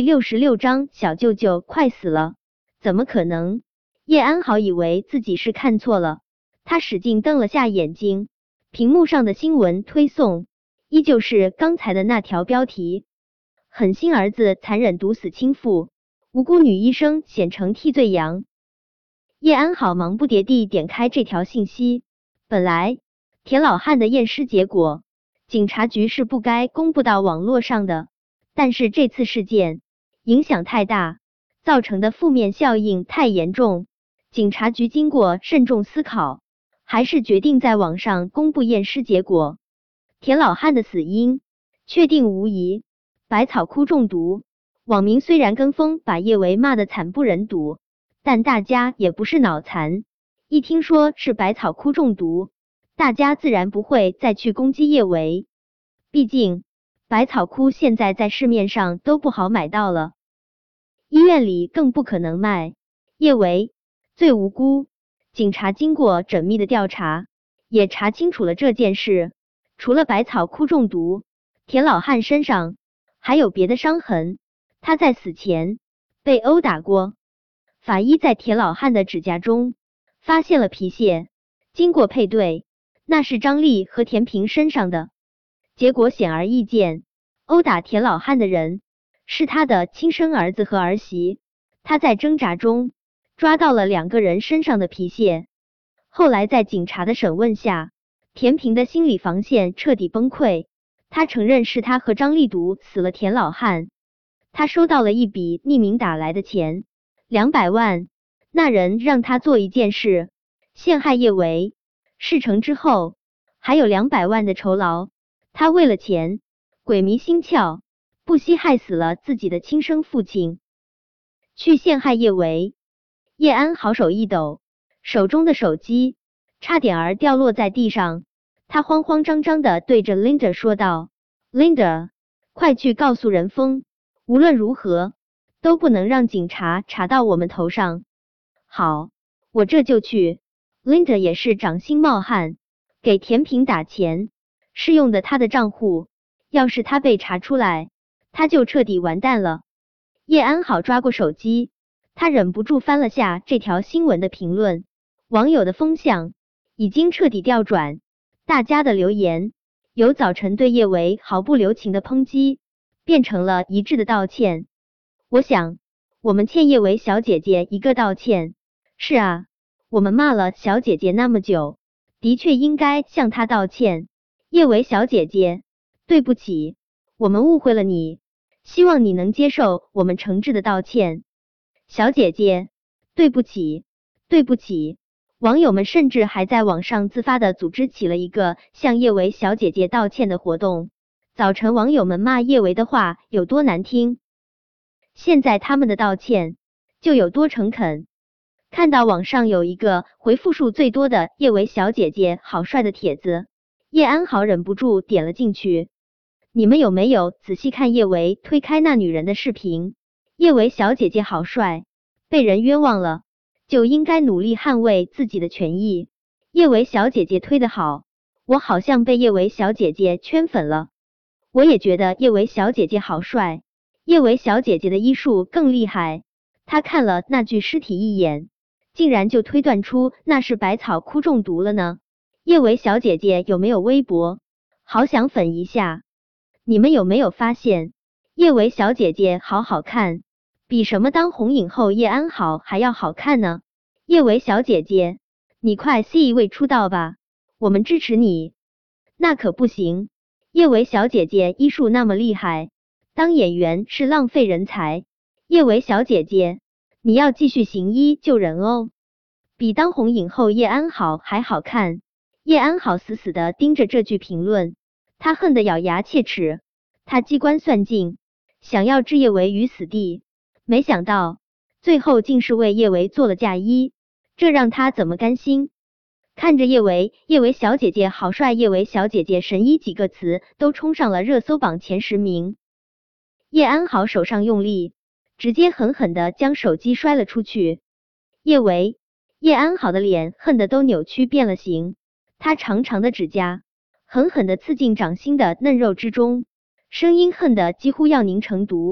第66章小舅舅快死了，怎么可能？叶安好以为自己是看错了，他使劲瞪了下眼睛，屏幕上的新闻推送依旧是刚才的那条标题：狠心儿子残忍毒死亲父，无辜女医生显成替罪羊。叶安好忙不迭地点开这条信息，本来田老汉的验尸结果，警察局是不该公布到网络上的，但是这次事件影响太大，造成的负面效应太严重，警察局经过慎重思考，还是决定在网上公布验尸结果。田老汉的死因确定无疑，百草枯中毒。网民虽然跟风把叶维骂得惨不忍睹，但大家也不是脑残，一听说是百草枯中毒，大家自然不会再去攻击叶维。毕竟百草枯现在在市面上都不好买到了，医院里更不可能卖。叶维最无辜，警察经过缜密的调查，也查清楚了这件事。除了百草枯中毒，田老汉身上还有别的伤痕，他在死前被殴打过。法医在田老汉的指甲中发现了皮屑，经过配对，那是张丽和田平身上的。结果显而易见，殴打田老汉的人是他的亲生儿子和儿媳。他在挣扎中抓到了2个人身上的皮屑。后来在警察的审问下，田平的心理防线彻底崩溃，他承认是他和张丽毒死了田老汉。他收到了一笔匿名打来的钱，200万，那人让他做一件事，陷害叶维，事成之后还有200万的酬劳。他为了钱鬼迷心窍，不惜害死了自己的亲生父亲，去陷害叶维。叶安好手一抖，手中的手机差点儿掉落在地上，他慌慌张张地对着 Linda 说道 ：“Linda， 快去告诉任峰，无论如何都不能让警察查到我们头上。”好，我这就去。Linda 也是掌心冒汗，给田平打钱是用的他的账户，要是他被查出来，他就彻底完蛋了。叶安好抓过手机，他忍不住翻了下这条新闻的评论，网友的风向已经彻底调转，大家的留言由早晨对叶维毫不留情的抨击，变成了一致的道歉。我想，我们欠叶维小姐姐一个道歉。是啊，我们骂了小姐姐那么久，的确应该向她道歉。叶维小姐姐，对不起，我们误会了你，希望你能接受我们诚挚的道歉。小姐姐，对不起，对不起。网友们甚至还在网上自发的组织起了一个向叶维小姐姐道歉的活动。早晨网友们骂叶维的话有多难听，现在他们的道歉就有多诚恳。看到网上有一个回复数最多的叶维小姐姐好帅的帖子，叶安好忍不住点了进去。你们有没有仔细看叶维推开那女人的视频？叶维小姐姐好帅，被人冤枉了，就应该努力捍卫自己的权益。叶维小姐姐推得好，我好像被叶维小姐姐圈粉了。我也觉得叶维小姐姐好帅，叶维小姐姐的医术更厉害。她看了那具尸体一眼，竟然就推断出那是百草枯中毒了呢。叶维小姐姐有没有微博？好想粉一下。你们有没有发现，叶维小姐姐好好看，比什么当红影后叶安好还要好看呢？叶维小姐姐，你快 C 位出道吧，我们支持你。那可不行，叶维小姐姐医术那么厉害，当演员是浪费人才。叶维小姐姐，你要继续行医救人哦，比当红影后叶安好还好看。叶安好死死地盯着这句评论，他恨得咬牙切齿，他机关算尽，想要置叶维于死地，没想到最后竟是为叶维做了嫁衣，这让他怎么甘心？看着叶维小姐姐好帅，叶维小姐姐神医几个词都冲上了热搜榜前10名。叶安好手上用力，直接狠狠地将手机摔了出去。叶安好的脸恨得都扭曲变了形，他长长的指甲狠狠地刺进掌心的嫩肉之中，声音恨得几乎要凝成毒。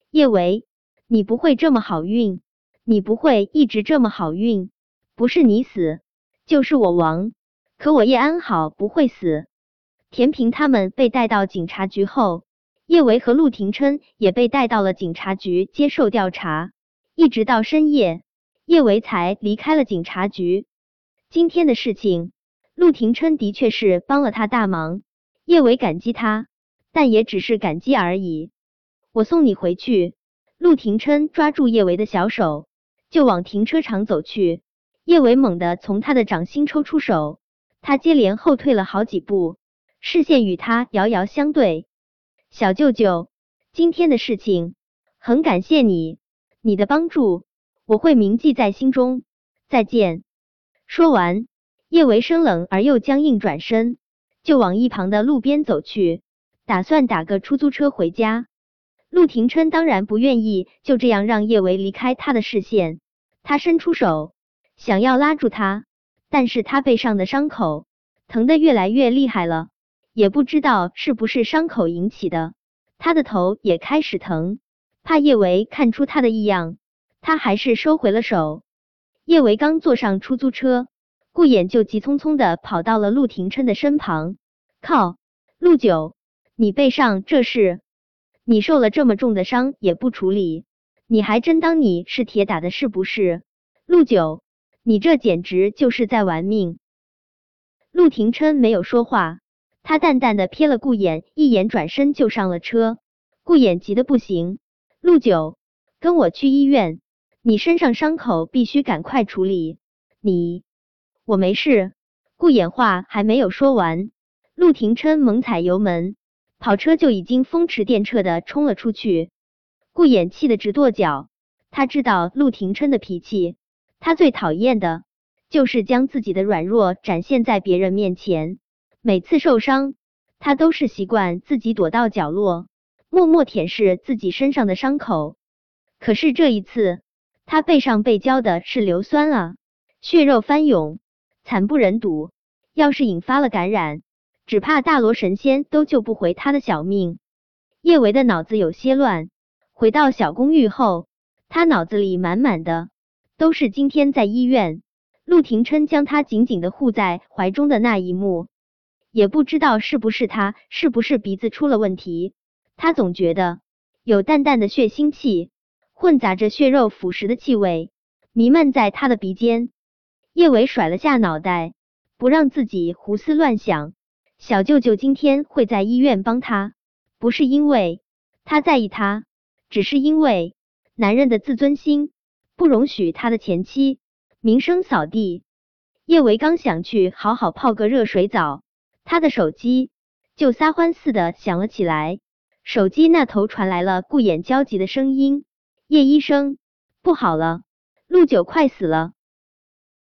叶维，你不会这么好运，你不会一直这么好运，不是你死，就是我亡。可我叶安好不会死。田平他们被带到警察局后，叶维和陆廷琛也被带到了警察局接受调查，一直到深夜，叶维才离开了警察局。今天的事情，陆廷琛的确是帮了他大忙，叶维感激他，但也只是感激而已。我送你回去。陆廷琛抓住叶维的小手，就往停车场走去。叶维猛地从他的掌心抽出手，他接连后退了好几步，视线与他遥遥相对。小舅舅，今天的事情很感谢你，你的帮助我会铭记在心中。再见。说完，叶维生冷而又僵硬，转身就往一旁的路边走去，打算打个出租车回家。陆廷琛当然不愿意就这样让叶维离开他的视线，他伸出手想要拉住他，但是他背上的伤口疼得越来越厉害了，也不知道是不是伤口引起的，他的头也开始疼，怕叶维看出他的异样，他还是收回了手。叶维刚坐上出租车，顾衍就急匆匆的跑到了陆廷琛的身旁。靠，陆九，你背上这是？你受了这么重的伤也不处理，你还真当你是铁打的是不是？陆九，你这简直就是在玩命。陆廷琛没有说话，他淡淡的瞥了顾衍一眼，转身就上了车。顾衍急得不行，陆九，跟我去医院，你身上伤口必须赶快处理。我没事。顾衍话还没有说完，陆廷琛猛踩油门，跑车就已经风驰电掣的冲了出去。顾衍气得直跺脚，他知道陆廷琛的脾气，他最讨厌的就是将自己的软弱展现在别人面前。每次受伤，他都是习惯自己躲到角落，默默舔舐自己身上的伤口。可是这一次，他背上被浇的是硫酸啊，血肉翻涌，惨不忍睹。要是引发了感染，只怕大罗神仙都救不回他的小命。叶维的脑子有些乱，回到小公寓后，他脑子里满满的都是今天在医院，陆廷琛将他紧紧的护在怀中的那一幕。也不知道是不是鼻子出了问题，他总觉得有淡淡的血腥气，混杂着血肉腐蚀的气味，弥漫在他的鼻尖。叶维甩了下脑袋，不让自己胡思乱想。小舅舅今天会在医院帮他，不是因为他在意他，只是因为男人的自尊心不容许他的前妻名声扫地。叶维刚想去好好泡个热水澡，他的手机就撒欢似的响了起来。手机那头传来了顾衍焦急的声音：叶医生，不好了，陆九快死了。